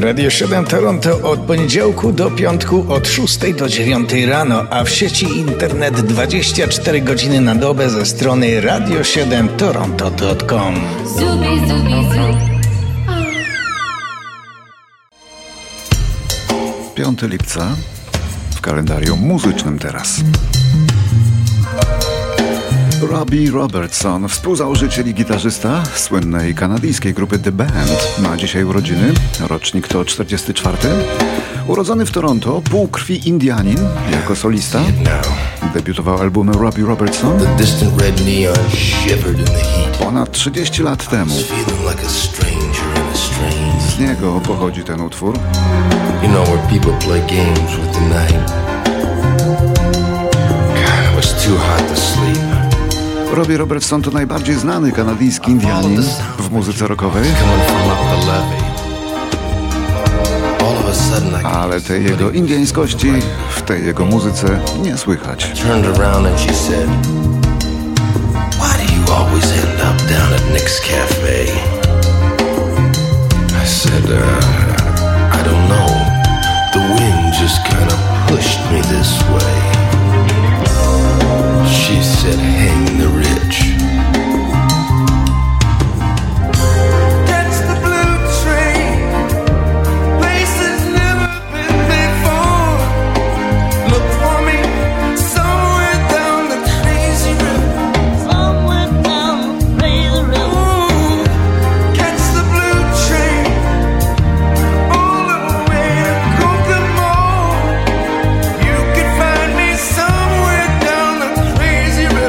Radio 7 Toronto od poniedziałku do piątku od 6 do 9 rano, a w sieci internet 24 godziny na dobę ze strony radio7toronto.com. 5 lipca w kalendarium muzycznym teraz. Robbie Robertson, współzałożyciel i gitarzysta słynnej kanadyjskiej grupy The Band, ma dzisiaj urodziny, rocznik to 44. Urodzony w Toronto, pół krwi Indianin, jako solista. Debiutował albumem Robbie Robertson ponad 30 lat temu. Z niego pochodzi ten utwór. Robbie Robertson to najbardziej znany kanadyjski Indianin w muzyce rockowej, ale tej jego indyjskości w tej jego muzyce nie słychać. She said, hang the rich. Catch the blue train, places never been before. Look for me somewhere down the crazy river. Somewhere down the crazy river. Ooh, catch the blue train, all the way to Kokomo. You can find me somewhere down the crazy river.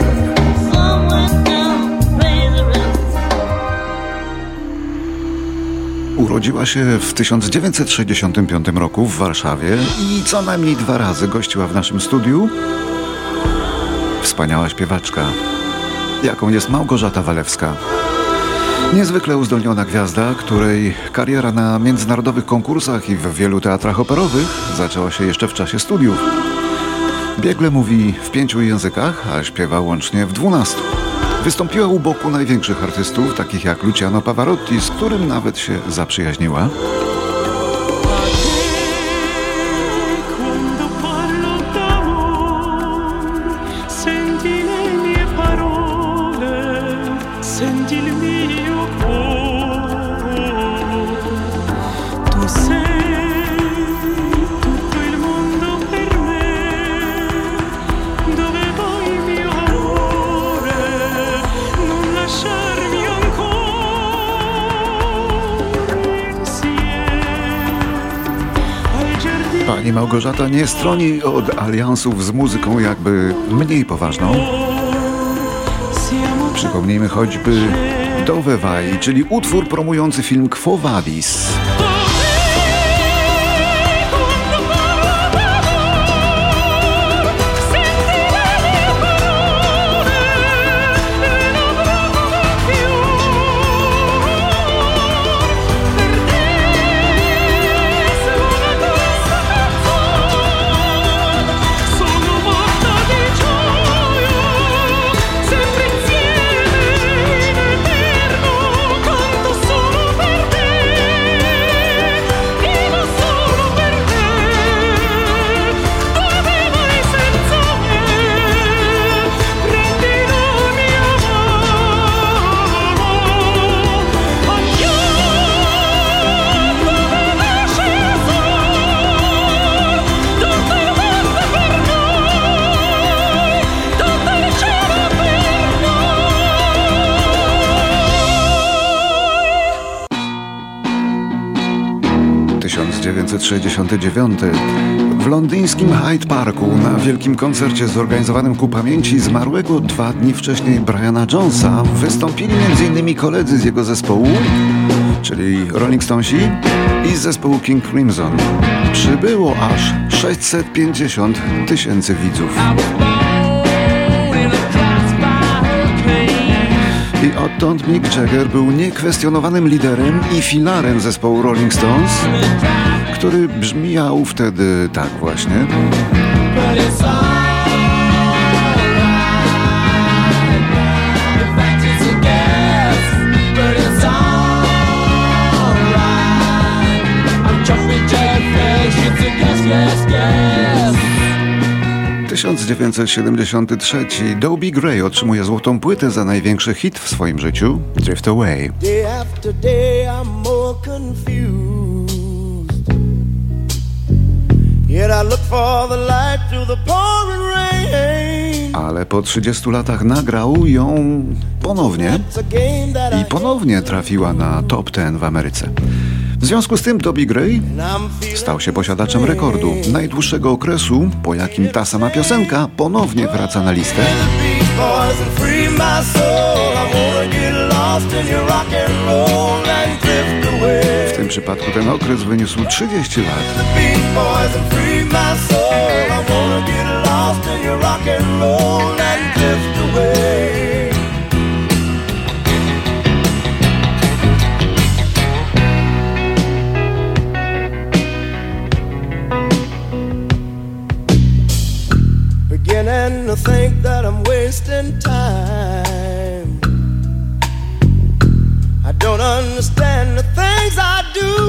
Urodziła się w 1965 roku w Warszawie i co najmniej 2 razy gościła w naszym studiu. Wspaniała śpiewaczka, jaką jest Małgorzata Walewska. Niezwykle uzdolniona gwiazda, której kariera na międzynarodowych konkursach i w wielu teatrach operowych zaczęła się jeszcze w czasie studiów. Biegle mówi w 5 językach, a śpiewa łącznie w 12. Wystąpiła u boku największych artystów, takich jak Luciano Pavarotti, z którym nawet się zaprzyjaźniła. Pani Małgorzata nie stroni od aliansów z muzyką jakby mniej poważną. Przypomnijmy choćby Dove Vai, czyli utwór promujący film Quo Vadis. W 1969 w londyńskim Hyde Parku na wielkim koncercie zorganizowanym ku pamięci zmarłego 2 dni wcześniej Briana Jonesa wystąpili m.in. koledzy z jego zespołu, czyli Rolling Stonesi i z zespołu King Crimson. Przybyło aż 650 000 widzów. I odtąd Mick Jagger był niekwestionowanym liderem i filarem zespołu Rolling Stones, który brzmiał wtedy tak właśnie. 1973 Dobie Gray otrzymuje złotą płytę za największy hit w swoim życiu Drift Away. Day after day I'm more confused. Yet I look for the light through the pouring rain. Ale po 30 latach nagrał ją ponownie It's a game that i ponownie trafiła na top 10 w Ameryce. W związku z tym Dobie Gray stał się posiadaczem rekordu najdłuższego okresu, po jakim ta sama piosenka ponownie wraca na listę. W tym przypadku ten okres wyniósł 30 lat. Beginning to think that I'm wasting time. I don't understand the things I do.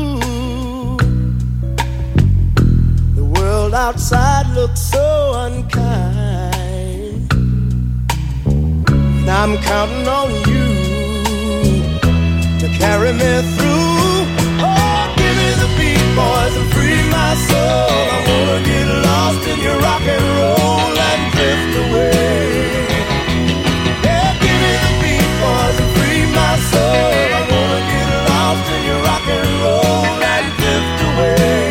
The world outside looks so unkind. And I'm counting on you to carry me through. Oh, give me the beat, boys, and free my soul. I wanna get lost in your rock and roll and drift away. Yeah, give me the beat, boys, and free my soul. I wanna get lost in your rock and roll and drift away.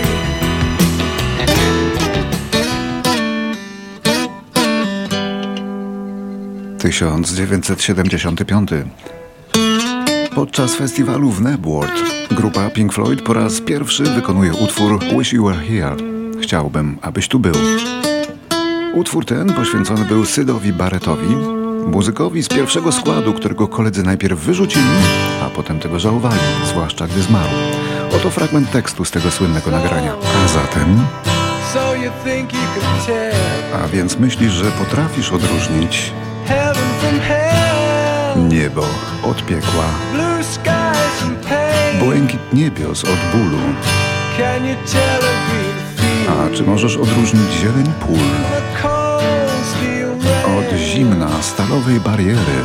1975. Podczas festiwalu w Knebworth grupa Pink Floyd po raz pierwszy wykonuje utwór Wish You Were Here. Chciałbym, abyś tu był. Utwór ten poświęcony był Sydowi Barrettowi, muzykowi z pierwszego składu, którego koledzy najpierw wyrzucili, a potem tego żałowali, zwłaszcza gdy zmarł. Oto fragment tekstu z tego słynnego nagrania. A zatem... A więc myślisz, że potrafisz odróżnić niebo od piekła, błękit niebios od bólu. A czy możesz odróżnić zieleń pól od zimna stalowej bariery,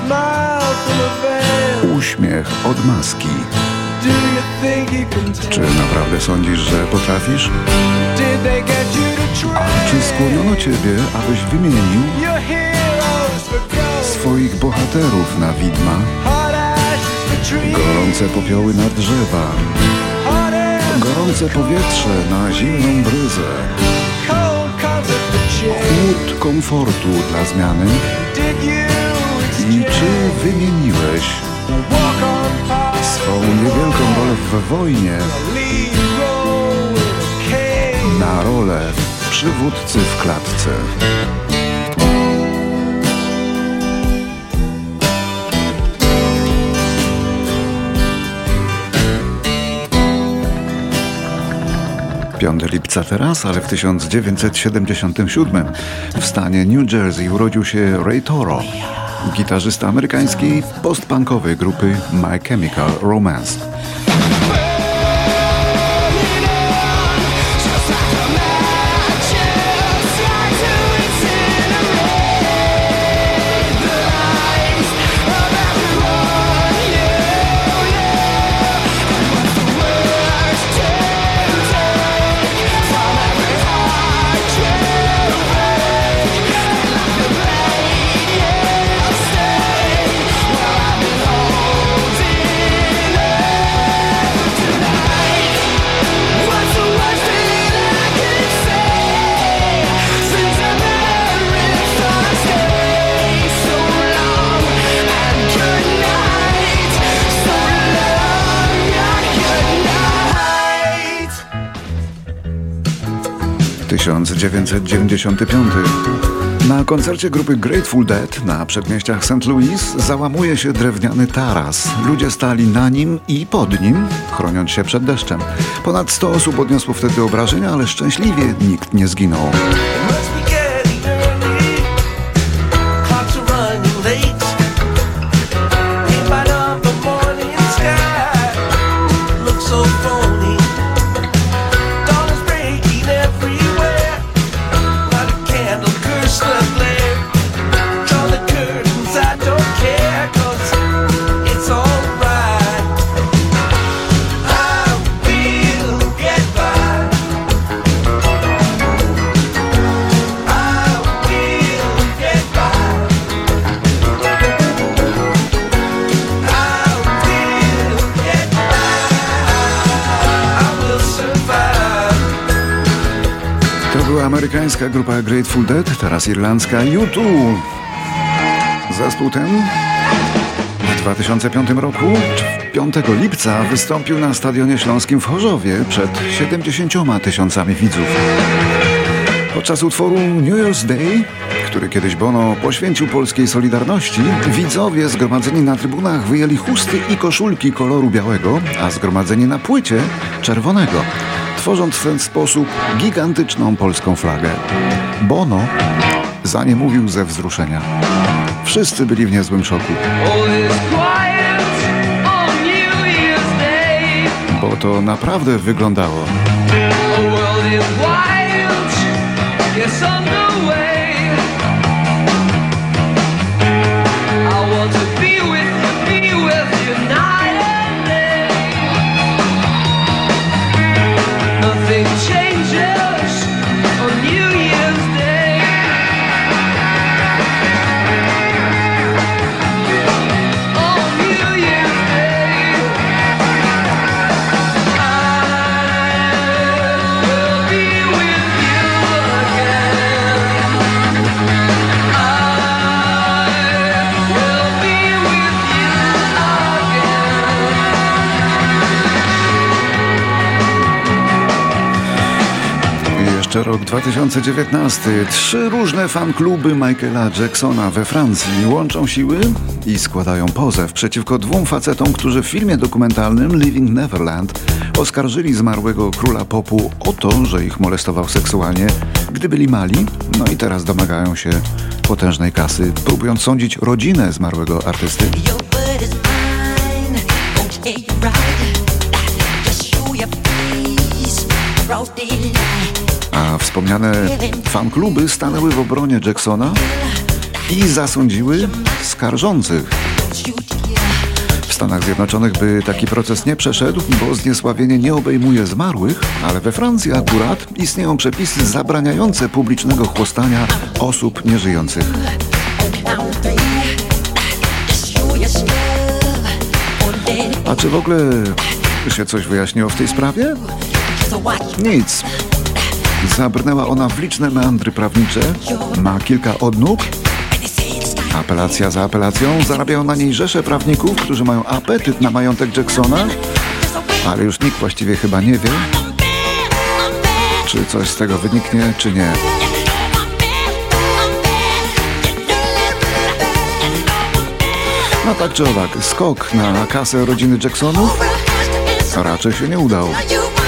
uśmiech od maski? Czy naprawdę sądzisz, że potrafisz? A czy skłoniono ciebie, abyś wymienił swoich bohaterów na widma? Gorące popioły na drzewa, gorące powietrze na zimną bryzę, chłód komfortu dla zmiany. I czy wymieniłeś swą niewielką rolę w wojnie na rolę przywódcy w klatce? Lipca teraz, ale w 1977 w stanie New Jersey urodził się Ray Toro, gitarzysta amerykańskiej post-punkowej grupy My Chemical Romance. W 1995. Na koncercie grupy Grateful Dead na przedmieściach St. Louis załamuje się drewniany taras. Ludzie stali na nim i pod nim, chroniąc się przed deszczem. Ponad 100 osób odniosło wtedy obrażenia, ale szczęśliwie nikt nie zginął. była amerykańska grupa Grateful Dead, teraz irlandzka U2. Zespół ten w 2005 roku, 5 lipca, wystąpił na Stadionie Śląskim w Chorzowie przed 70 000 widzów. Podczas utworu New Year's Day, który kiedyś Bono poświęcił polskiej Solidarności, widzowie zgromadzeni na trybunach wyjęli chusty i koszulki koloru białego, a zgromadzeni na płycie czerwonego, tworząc w ten sposób gigantyczną polską flagę. Bono zaniemówił ze wzruszenia. Wszyscy byli w niezłym szoku. Bo to naprawdę wyglądało. It's on the way. I want to be with you night and day. Nothing changes on New Year's Day. On New Year's Day, I will be with you again. Jeszcze rok 2019. 3 różne fankluby Michaela Jacksona we Francji łączą siły i składają pozew przeciwko 2 facetom, którzy w filmie dokumentalnym Living Neverland oskarżyli zmarłego króla popu o to, że ich molestował seksualnie, gdy byli mali. No i teraz domagają się potężnej kasy, próbując sądzić rodzinę zmarłego artysty. A wspomniane fankluby stanęły w obronie Jacksona i zasądziły skarżących. W Stanach Zjednoczonych by taki proces nie przeszedł, bo zniesławienie nie obejmuje zmarłych, ale we Francji akurat istnieją przepisy zabraniające publicznego chłostania osób nieżyjących. A czy w ogóle się coś wyjaśniło w tej sprawie? Nic. Zabrnęła ona w liczne meandry prawnicze, ma kilka odnóg. Apelacja za apelacją, zarabiają na niej rzesze prawników, którzy mają apetyt na majątek Jacksona, ale już nikt właściwie chyba nie wie, czy coś z tego wyniknie, czy nie. No tak czy owak, skok na kasę rodziny Jacksonów raczej się nie udał.